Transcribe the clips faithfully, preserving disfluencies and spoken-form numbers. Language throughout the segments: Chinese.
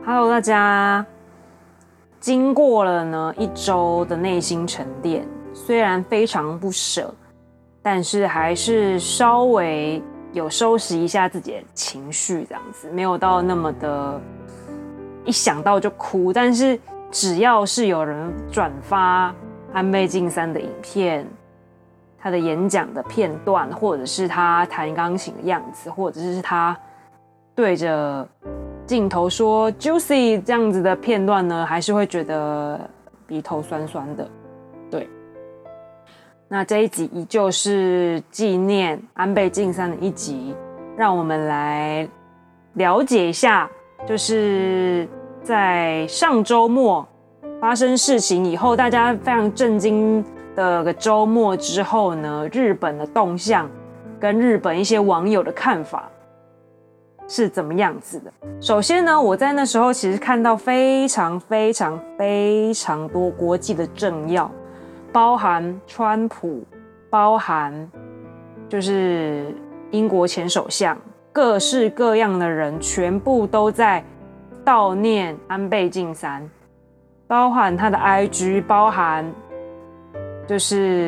Hello， 大家，经过了呢一周的内心沉淀，虽然非常不舍，但是还是稍微有收拾一下自己的情绪，这样子没有到那么的一想到就哭，但是只要是有人转发安倍晋三的影片，他的演讲的片段，或者是他弹钢琴的样子，或者是他对着镜头说 juicy 这样子的片段呢，还是会觉得鼻头酸酸的。对，那这一集依旧是纪念安倍晋三的一集，让我们来了解一下，就是在上周末发生事情以后，大家非常震惊的个周末之后呢，日本的动向跟日本一些网友的看法是怎么样子的。首先呢，我在那时候其实看到非常非常非常多国际的政要，包含川普，包含就是英国前首相，各式各样的人全部都在悼念安倍晋三，包含他的 I G， 包含就是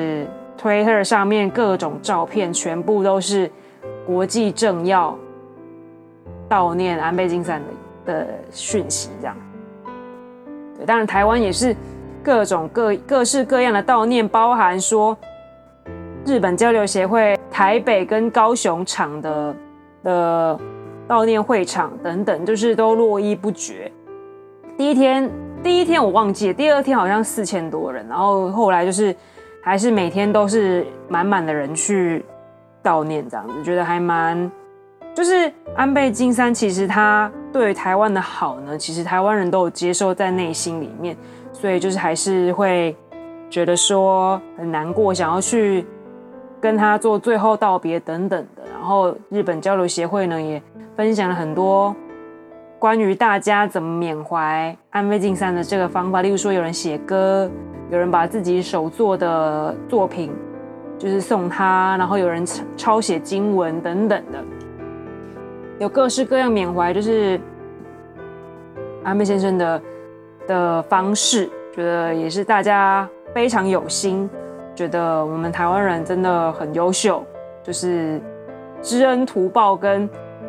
Twitter 上面各种照片，全部都是国际政要悼念安倍晋三 的, 的讯息，这样。对，当然台湾也是各种 各, 各式各样的悼念，包含说日本交流协会台北跟高雄场的的悼念会场等等，就是都络绎不绝。第一天，第一天我忘记了，第二天好像四千多人，然后后来就是还是每天都是满满的人去悼念，这样子，觉得还蛮。就是安倍晋三，其实他对台湾的好呢，其实台湾人都有接受在内心里面，所以就是还是会觉得说很难过，想要去跟他做最后道别等等的。然后日本交流协会呢也分享了很多关于大家怎么缅怀安倍晋三的这个方法，例如说有人写歌，有人把自己手作的作品就是送他，然后有人抄写经文等等的。有各式各样缅怀，就是安倍先生 的, 的方式，觉得也是大家非常有心，觉得我们台湾人真的很优秀，就是知恩图报跟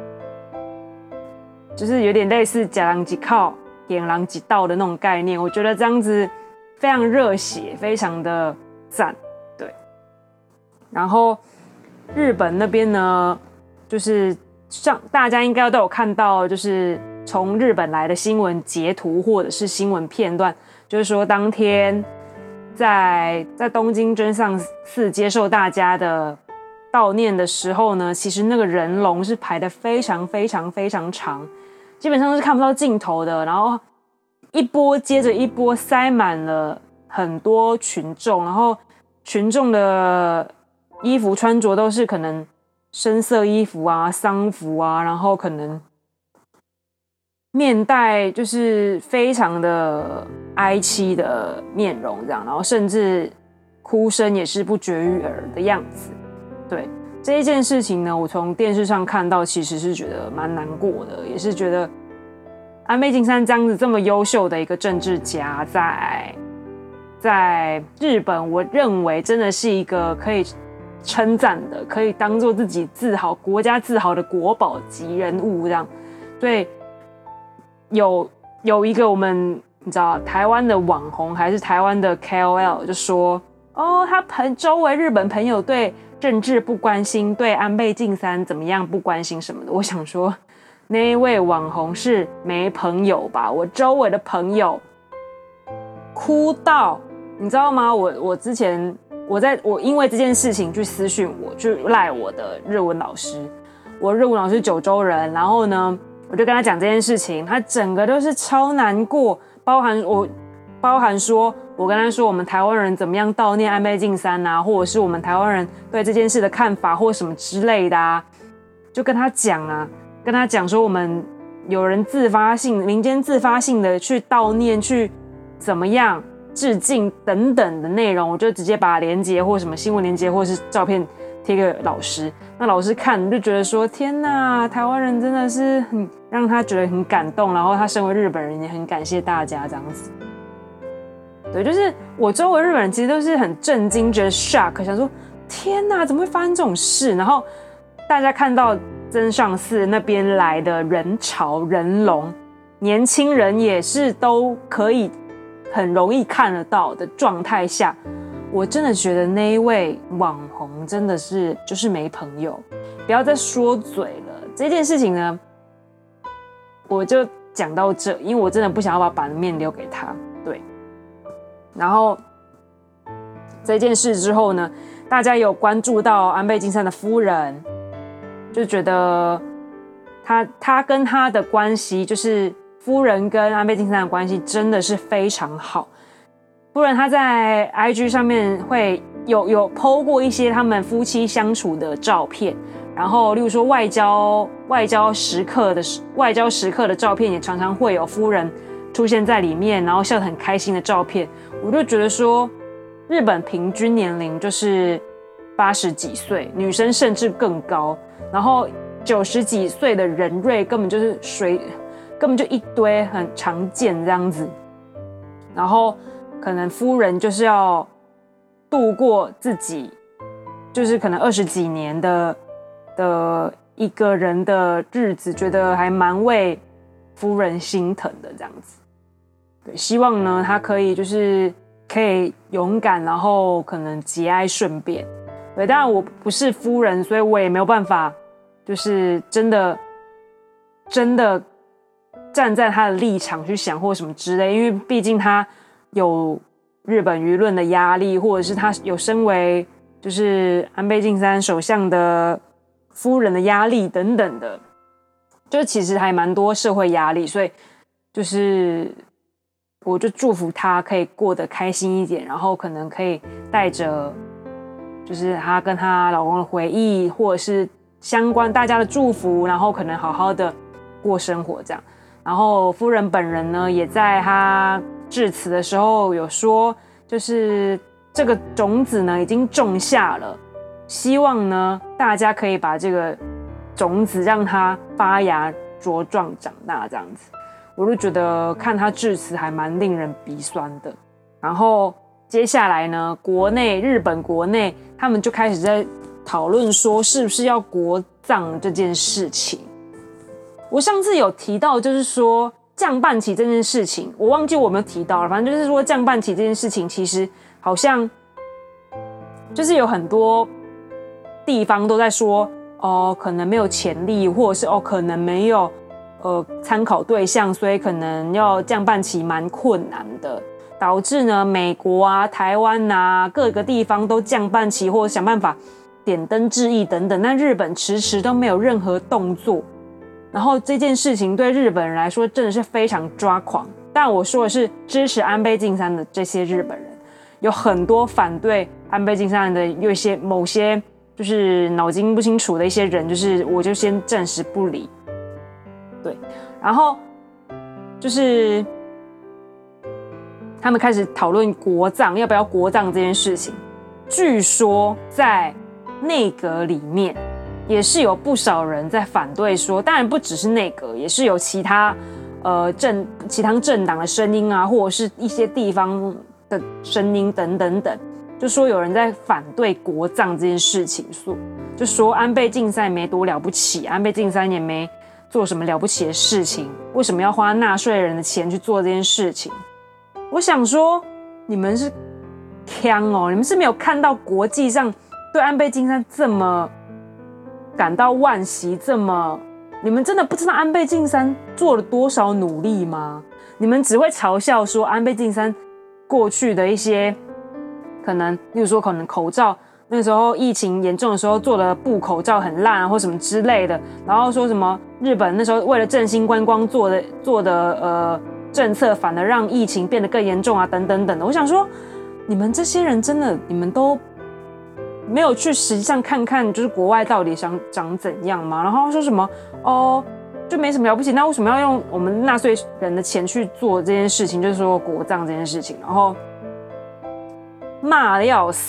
就是有点类似假狼即靠眼狼即道的那种概念，我觉得这样子非常热血，非常的赞。对，然后日本那边呢，就是上大家应该都有看到，就是从日本来的新闻截图或者是新闻片段，就是说当天在在东京真上寺接受大家的悼念的时候呢，其实那个人龙是排得非常非常非常长，基本上是看不到尽头的，然后一波接着一波塞满了很多群众，然后群众的衣服穿着都是可能深色衣服啊、丧服啊，然后可能面带就是非常的哀戚的面容这样，然后甚至哭声也是不绝于耳的样子。对，这一件事情呢，我从电视上看到，其实是觉得蛮难过的，也是觉得安倍晋三这样子这么优秀的一个政治家，在在日本，我认为真的是一个可以称赞的，可以当做自己自豪、国家自豪的国宝级人物这样。对，有有一个我们你知道台湾的网红还是台湾的 K O L 就说，哦，他朋周围日本朋友对政治不关心，对安倍晋三怎么样不关心什么的。我想说，那一位网红是没朋友吧？我周围的朋友哭到，你知道吗？我我之前。我在我因为这件事情去私讯我，去赖我的日文老师，我日文老师是九州人，然后呢，我就跟他讲这件事情，他整个都是超难过，包含我，包含说我跟他说我们台湾人怎么样悼念安倍晋三啊，或者是我们台湾人对这件事的看法或什么之类的啊，就跟他讲啊，跟他讲说我们有人自发性、民间自发性的去悼念，去怎么样。致敬等等的内容，我就直接把连结或什么新闻连结或是照片贴给老师。那老师看就觉得说，天哪，台湾人真的是很让他觉得很感动，然后他身为日本人也很感谢大家这样子。对，就是我周围日本人其实都是很震惊，觉得 shock， 想说天哪，怎么会发生这种事？然后大家看到增上寺那边来的人潮人龙，年轻人也是都可以很容易看得到的状态下，我真的觉得那一位网红真的是就是没朋友，不要再说嘴了。这件事情呢，我就讲到这，因为我真的不想要把版面留给他。对，然后这件事之后呢，大家有关注到安倍晋三的夫人，就觉得他他跟他的关系，就是夫人跟安倍晋三的关系真的是非常好。夫人她在 I G 上面会有有 po 过一些他们夫妻相处的照片，然后例如说外交外交时刻的外交时刻的照片，也常常会有夫人出现在里面，然后笑得很开心的照片。我就觉得说，日本平均年龄就是八十几岁，女生甚至更高，然后九十几岁的人瑞根本就是水，根本就一堆很常见这样子，然后可能夫人就是要度过自己，就是可能二十几年的的一个人的日子，觉得还蛮为夫人心疼的这样子。对，希望呢他可以就是可以勇敢，然后可能节哀顺变。对，当然我不是夫人，所以我也没有办法，就是真的真的站在他的立场去想或什么之类，因为毕竟他有日本舆论的压力，或者是他有身为就是安倍晋三首相的夫人的压力等等的，就其实还蛮多社会压力，所以就是我就祝福她可以过得开心一点，然后可能可以带着就是她跟她老公的回忆，或者是相关大家的祝福，然后可能好好的过生活这样。然后夫人本人呢，也在她致辞的时候有说，就是这个种子呢已经种下了，希望呢大家可以把这个种子让它发芽茁壮长大这样子。我就觉得看他致辞还蛮令人鼻酸的。然后接下来呢，国内日本国内他们就开始在讨论说是不是要国葬这件事情。我上次有提到，就是说降半旗这件事情，我忘记我有没有提到了，反正就是说降半旗这件事情，其实好像就是有很多地方都在说，哦，可能没有潜力，或者是哦，可能没有呃参考对象，所以可能要降半旗蛮困难的，导致呢美国啊、台湾啊各个地方都降半旗，或者想办法点灯致意等等，但日本迟迟都没有任何动作。然后这件事情对日本人来说真的是非常抓狂，但我说的是支持安倍晋三的这些日本人，有很多反对安倍晋三的有一些某些就是脑筋不清楚的一些人，就是我就先暂时不理。对，然后就是他们开始讨论国葬要不要国葬这件事情，据说在内阁里面也是有不少人在反对说，当然不只是内阁，也是有其他呃政其他政党的声音啊，或者是一些地方的声音等等等，就说有人在反对国葬这件事情，说就说安倍晋三没多了不起，安倍晋三也没做什么了不起的事情，为什么要花纳税人的钱去做这件事情？我想说，你们是呛哦，你们是没有看到国际上对安倍晋三这么感到惋惜，这么你们真的不知道安倍晋三做了多少努力吗？你们只会嘲笑说安倍晋三过去的一些可能，例如说可能口罩那时候疫情严重的时候做的布口罩很烂啊，或什么之类的，然后说什么日本那时候为了振兴观光做的做的呃政策，反而让疫情变得更严重啊，等等等的。我想说，你们这些人真的，你们都没有去实际上看看，就是国外到底想长怎样吗？然后说什么哦，就没什么了不起，那为什么要用我们纳税人的钱去做这件事情？就是说国葬这件事情，然后骂得要死。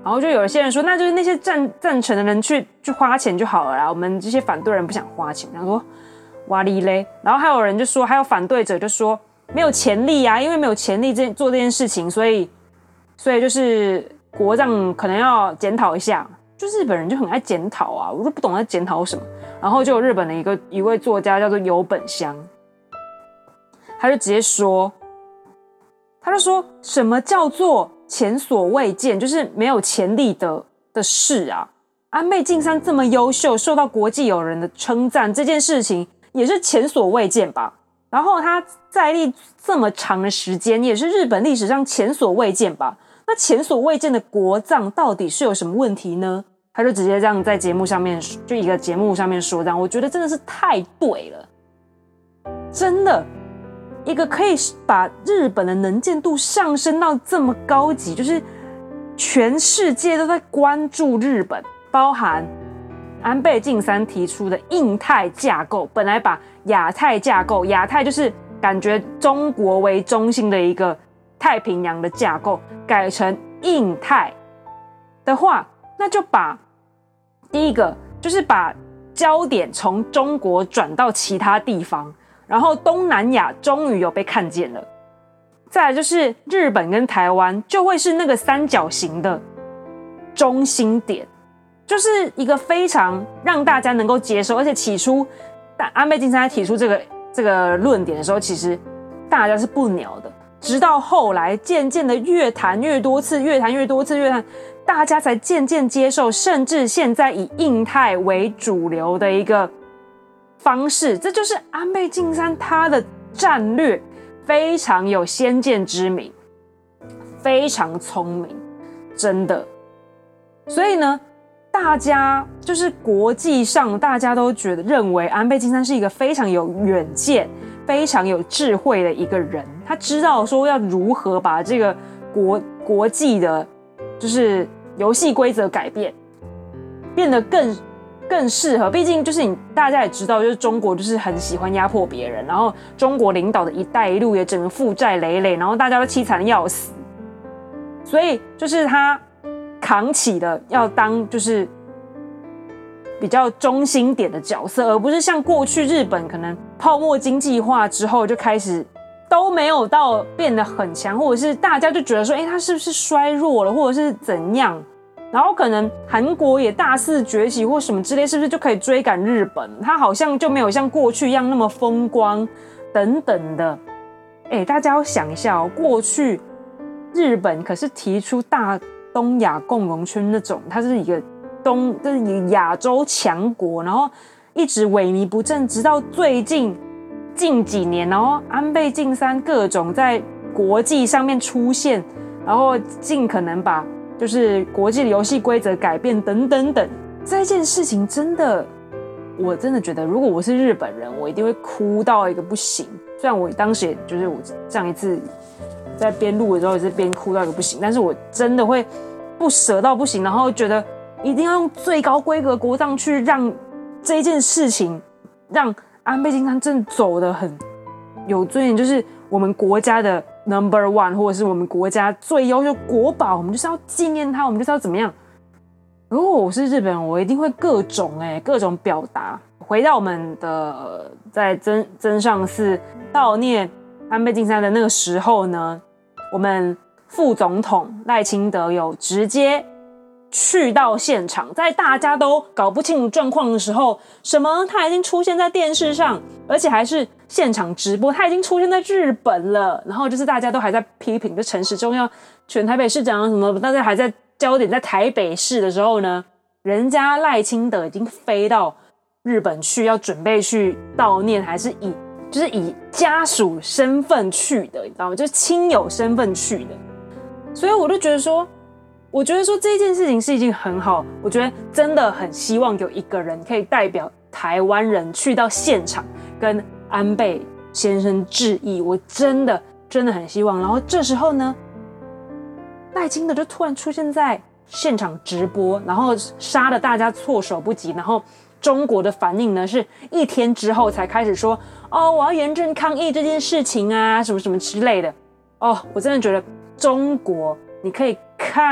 然后就有一些人说，那就是那些赞赞成的人去去花钱就好了啦，我们这些反对人不想花钱。然后说哇哩嘞，然后还有人就说，还有反对者就说没有潜力啊，因为没有潜力这做这件事情，所以所以就是国葬可能要检讨一下。就日本人就很爱检讨啊，我都不懂在检讨什么。然后就有日本的一个一位作家叫做有本香，他就直接说，他就说什么叫做前所未见，就是没有潜力的的事啊。安倍晋三这么优秀，受到国际友人的称赞，这件事情也是前所未见吧。然后他在立这么长的时间，也是日本历史上前所未见吧。那前所未见的国葬到底是有什么问题呢？他就直接这样在节目上面，就一个节目上面说这样，我觉得真的是太对了，真的，一个可以把日本的能见度上升到这么高级，就是全世界都在关注日本，包含安倍晋三提出的印太架构，本来把亚太架构，亚太就是感觉中国为中心的一个太平洋的架构，改成印太的话，那就把第一个就是把焦点从中国转到其他地方，然后东南亚终于有被看见了。再来就是日本跟台湾就会是那个三角形的中心点，就是一个非常让大家能够接受，而且起初安倍晋三提出这个这个论点的时候，其实大家是不鸟的，直到后来渐渐的越谈越多次，越谈越多次，越谈大家才渐渐接受，甚至现在以印太为主流的一个方式，这就是安倍晋三他的战略非常有先见之明，非常聪明，真的。所以呢，大家就是国际上大家都觉得认为安倍晋三是一个非常有远见、非常有智慧的一个人，他知道说要如何把这个国国际的，就是游戏规则改变，变得更更适合。毕竟就是你大家也知道，就是中国就是很喜欢压迫别人，然后中国领导的一带一路也整个负债累累，然后大家都凄惨的要死，所以就是他扛起的要当就是比较中心点的角色，而不是像过去日本可能泡沫经济化之后就开始都没有到变得很强，或者是大家就觉得说，哎，他是不是衰弱了，或者是怎样？然后可能韩国也大肆崛起或什么之类，是不是就可以追赶日本？他好像就没有像过去一样那么风光等等的。哎，大家要想一下哦，过去日本可是提出大东亚共荣圈那种，它是一个东，这是一个亚洲强国，然后一直萎靡不振，直到最近近几年，然后安倍晋三各种在国际上面出现，然后尽可能把就是国际的游戏规则改变等等等，这件事情真的，我真的觉得，如果我是日本人，我一定会哭到一个不行。虽然我当时也就是我上一次在边录的时候也是边哭到一个不行，但是我真的会不舍到不行，然后觉得一定要用最高规格国葬去让这件事情，让安倍晋三真的走得很有尊严，就是我们国家的 number one， 或者是我们国家最优秀国宝，我们就是要纪念他，我们就是要怎么样。如果我是日本人，我一定会各种哎、欸、各种表达。回到我们的、呃、在真真上寺悼念安倍晋三的那个时候呢，我们副总统赖清德有直接去到现场，在大家都搞不清楚状况的时候，什么他已经出现在电视上，而且还是现场直播，他已经出现在日本了。然后就是大家都还在批评，就陈时中要选台北市长什么，大家还在焦点在台北市的时候呢，人家赖清德已经飞到日本去，要准备去悼念，还是以就是以家属身份去的，你知道吗？就是亲友身份去的。所以我就觉得说。我觉得说这件事情是一件很好，我觉得真的很希望有一个人可以代表台湾人去到现场跟安倍先生致意，我真的真的很希望。然后这时候呢，赖清德就突然出现在现场直播，然后杀得大家措手不及。然后中国的反应呢，是一天之后才开始说，哦，我要严正抗议这件事情啊，什么什么之类的。哦，我真的觉得中国，你可以看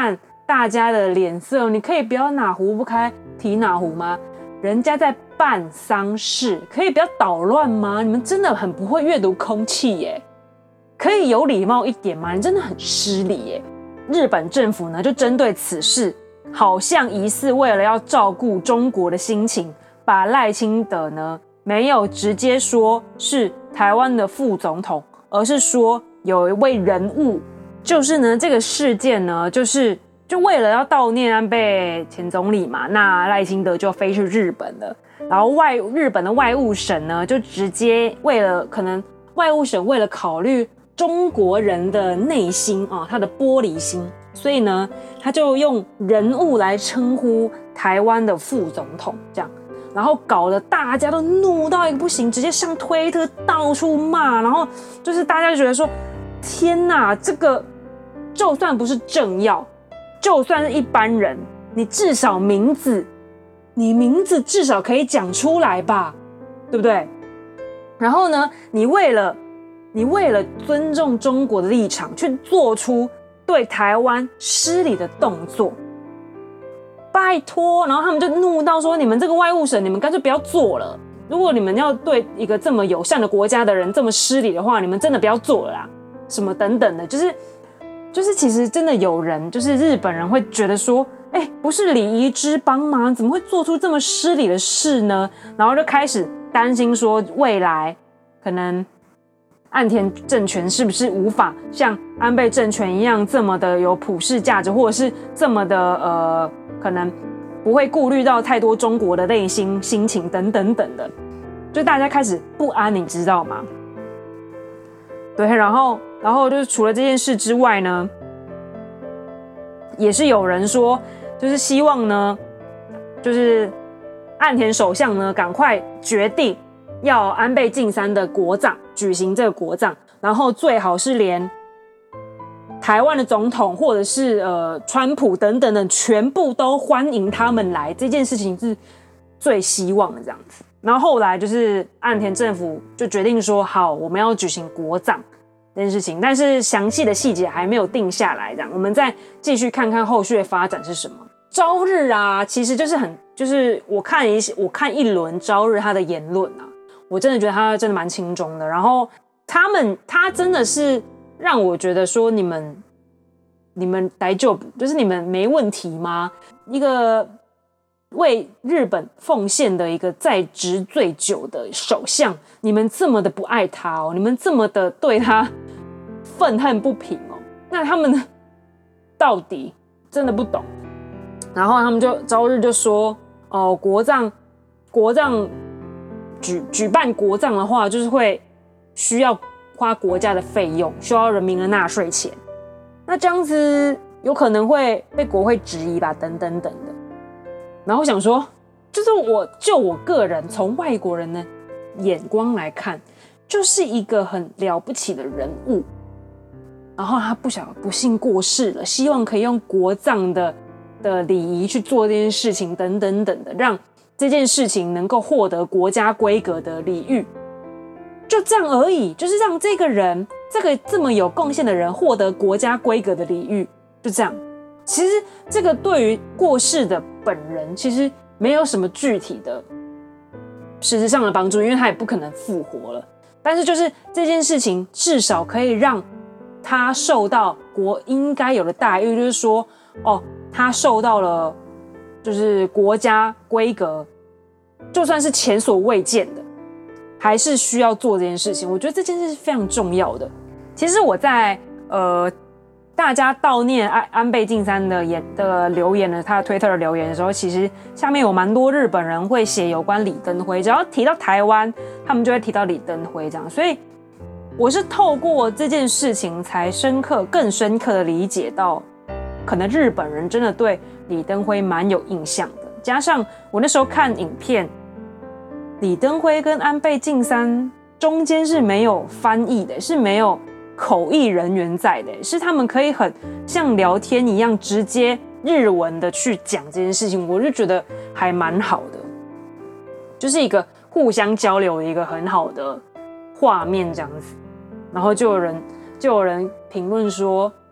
大家的脸色，你可以不要哪壶不开提哪壶吗？人家在办丧事，可以不要捣乱吗？你们真的很不会阅读空气耶，可以有礼貌一点吗？你真的很失礼耶。日本政府呢，就针对此事，好像疑似为了要照顾中国的心情，把赖清德呢没有直接说是台湾的副总统，而是说有一位人物，就是呢这个事件呢，就是就为了要悼念安倍前总理嘛，那赖清德就飞去日本了，然后外日本的外务省呢，就直接为了可能外务省为了考虑中国人的内心啊，他的玻璃心，所以呢，他就用人物来称呼台湾的副总统，这样，然后搞得大家都怒到一个不行，直接上推特到处骂，然后就是大家就觉得说，天哪，这个就算不是政要，就算是一般人，你至少名字，你名字至少可以讲出来吧，对不对？然后呢，你为了你为了尊重中国的立场，去做出对台湾失礼的动作，拜托！然后他们就怒到说：“你们这个外务省，你们干脆不要做了。如果你们要对一个这么友善的国家的人这么失礼的话，你们真的不要做了啦。”什么等等的，就是就是，其实真的有人，就是日本人会觉得说：“哎、欸，不是礼仪之邦吗？怎么会做出这么失礼的事呢？”然后就开始担心说，未来可能岸田政权是不是无法像安倍政权一样这么的有普世价值，或者是这么的呃，可能不会顾虑到太多中国的内心心情等等等的，就大家开始不安，你知道吗？对，然后然后就是除了这件事之外呢，也是有人说，就是希望呢，就是岸田首相呢赶快决定要安倍晋三的国葬，举行这个国葬，然后最好是连台湾的总统或者是呃川普等等的全部都欢迎他们来，这件事情是最希望的这样子。然后后来就是岸田政府就决定说，好，我们要举行国葬这件事情，但是详细的细节还没有定下来，这样我们再继续看看后续的发展是什么。朝日啊，其实就是很就是我看一我看一轮朝日他的言论啊。我真的觉得他真的蛮轻中的，然后他们他真的是让我觉得说，你们你们大丈夫，就是你们没问题吗？一个为日本奉献的一个在职最久的首相，你们这么的不爱他哦，你们这么的对他愤恨不平哦，那他们到底真的不懂。然后他们就朝日就说，哦，国葬国葬。举举办国葬的话，就是会需要花国家的费用，需要人民的纳税钱。那这样子有可能会被国会质疑吧，等等等的。然后我想说，就是我就我个人从外国人的眼光来看，就是一个很了不起的人物。然后他不小不幸过世了，希望可以用国葬的的礼仪去做这件事情，等等等的，让这件事情能够获得国家规格的礼遇，就这样而已，就是让这个人，这个这么有贡献的人获得国家规格的礼遇，就这样。其实这个对于过世的本人，其实没有什么具体的实质上的帮助，因为他也不可能复活了。但是就是这件事情，至少可以让他受到国应该有的待遇，就是说，哦，他受到了。就是国家规格，就算是前所未见的，还是需要做这件事情。我觉得这件事是非常重要的。其实我在呃大家悼念安安倍晋三的言的留言呢，他的推特的留言的时候，其实下面有蛮多日本人会写有关李登辉，只要提到台湾，他们就会提到李登辉这样。所以我是透过这件事情才深刻、更深刻的理解到，可能日本人真的对李登辉蛮有印象的。加上我那时候看影片，李登辉跟安倍晋三中间是没有翻译的，是没有口译人员在的，是他们可以很像聊天一样直接日文的去讲这件事情，我就觉得还蛮好的，就是一个互相交流的一个很好的画面这样子。然后就有人就有人评论说，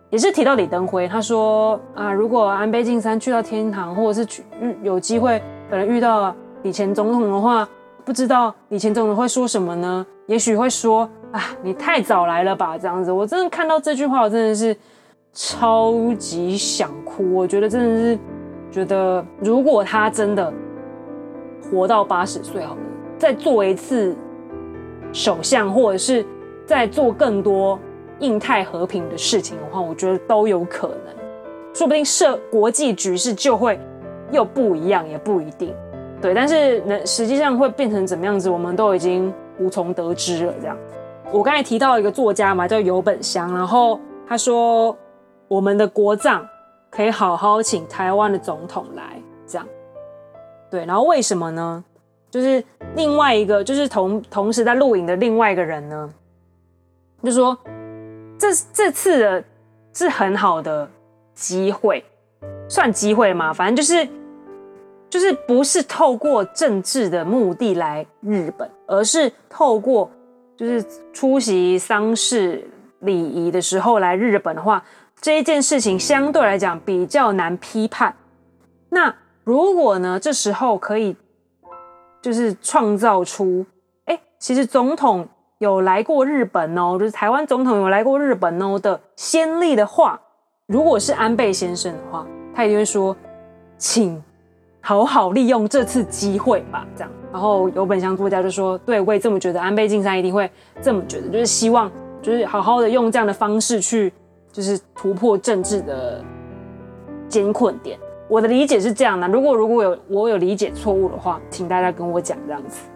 也是提到李登辉，他说啊，如果安倍晋三去到天堂，或者是去有机会可能遇到李前总统的话，不知道李前总统会说什么呢？也许会说啊，你太早来了吧，这样子。我真的看到这句话，我真的是超级想哭。我觉得真的是觉得，如果他真的活到八十岁好了，再做一次首相，或者是再做更多印太和平的事情的话，我觉得都有可能，说不定设国际局势就会又不一样，也不一定。对，但是呢，实际上会变成怎么样子，我们都已经无从得知了。这样，我刚才提到一个作家嘛，叫游本湘，然后他说，我们的国葬可以好好请台湾的总统来，这样。对，然后为什么呢？就是另外一个，就是同同时在录影的另外一个人呢，就说。这这次的是很好的机会，算机会吗？反正就是就是不是透过政治的目的来日本，而是透过就是出席丧事礼仪的时候来日本的话，这一件事情相对来讲比较难批判。那如果呢，这时候可以就是创造出，哎，其实总统有来过日本哦，就是台湾总统有来过日本哦的先例的话，如果是安倍先生的话，他一定会说，请好好利用这次机会吧，这样。然后游本湘作家就说，对，我也这么觉得，安倍晋三一定会这么觉得，就是希望就是好好的用这样的方式去，就是突破政治的艰困点。我的理解是这样的，如果如果有我有理解错误的话，请大家跟我讲这样子。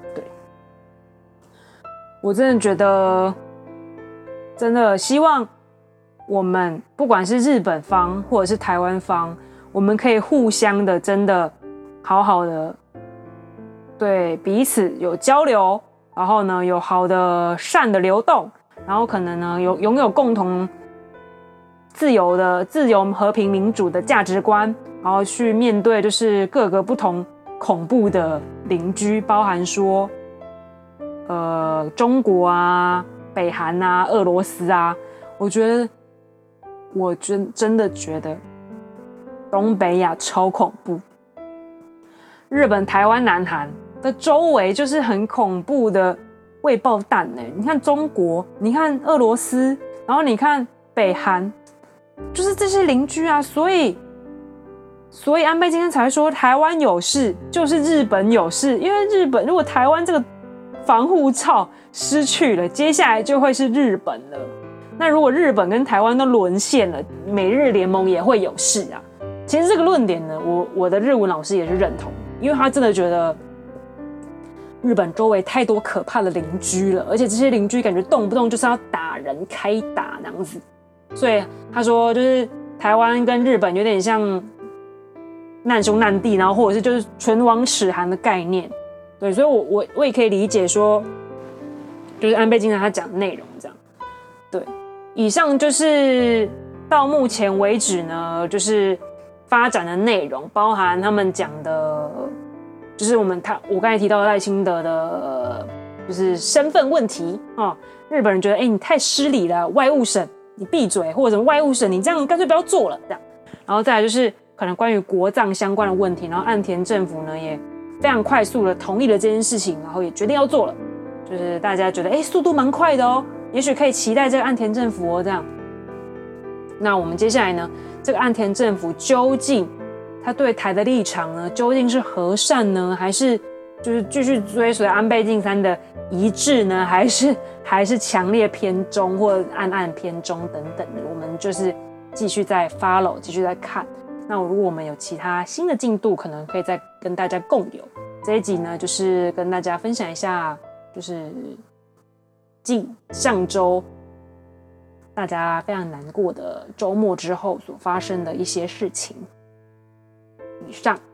我真的觉得，真的希望我们不管是日本方或者是台湾方，我们可以互相的真的好好的对彼此有交流，然后呢有好的善的流动，然后可能呢有拥有共同自由的自由和平民主的价值观，然后去面对就是各个不同恐怖的邻居，包含说。呃，中国啊、北韩啊、俄罗斯啊，我觉得，我真真的觉得东北亚超恐怖。日本、台湾、南韩的周围就是很恐怖的未爆弹呢。你看中国，你看俄罗斯，然后你看北韩，就是这些邻居啊，所以，所以安倍今天才会说台湾有事就是日本有事，因为日本如果台湾这个。防护罩失去了，接下来就会是日本了。那如果日本跟台湾都沦陷了，美日联盟也会有事啊。其实这个论点呢，我我的日文老师也是认同，因为他真的觉得日本周围太多可怕的邻居了，而且这些邻居感觉动不动就是要打人、开打那样子。所以他说，就是台湾跟日本有点像难兄难弟，然后或者是就是唇亡齿寒的概念。对，所以我我我也可以理解说，就是安倍晋三他讲的内容这样。对，以上就是到目前为止呢，就是发展的内容，包含他们讲的，就是我们他我刚才提到的赖清德的，就是身份问题啊、哦。日本人觉得，哎，你太失礼了，外务省你闭嘴，或者什么外务省你这样干脆不要做了这样。然后再来就是可能关于国葬相关的问题，然后岸田政府呢也。非常快速的同意了这件事情，然后也决定要做了，就是大家觉得，哎，速度蛮快的哦，也许可以期待这个岸田政府哦，这样。那我们接下来呢，这个岸田政府究竟他对台的立场呢，究竟是和善呢，还是就是继续追随安倍晋三的遗志呢，还是还是强烈偏中或暗暗偏中等等的，我们就是继续在 follow， 继续在看。那如果我们有其他新的进度，可能可以再跟大家共有。这一集呢，就是跟大家分享一下，就是近上周大家非常难过的周末之后所发生的一些事情。以上。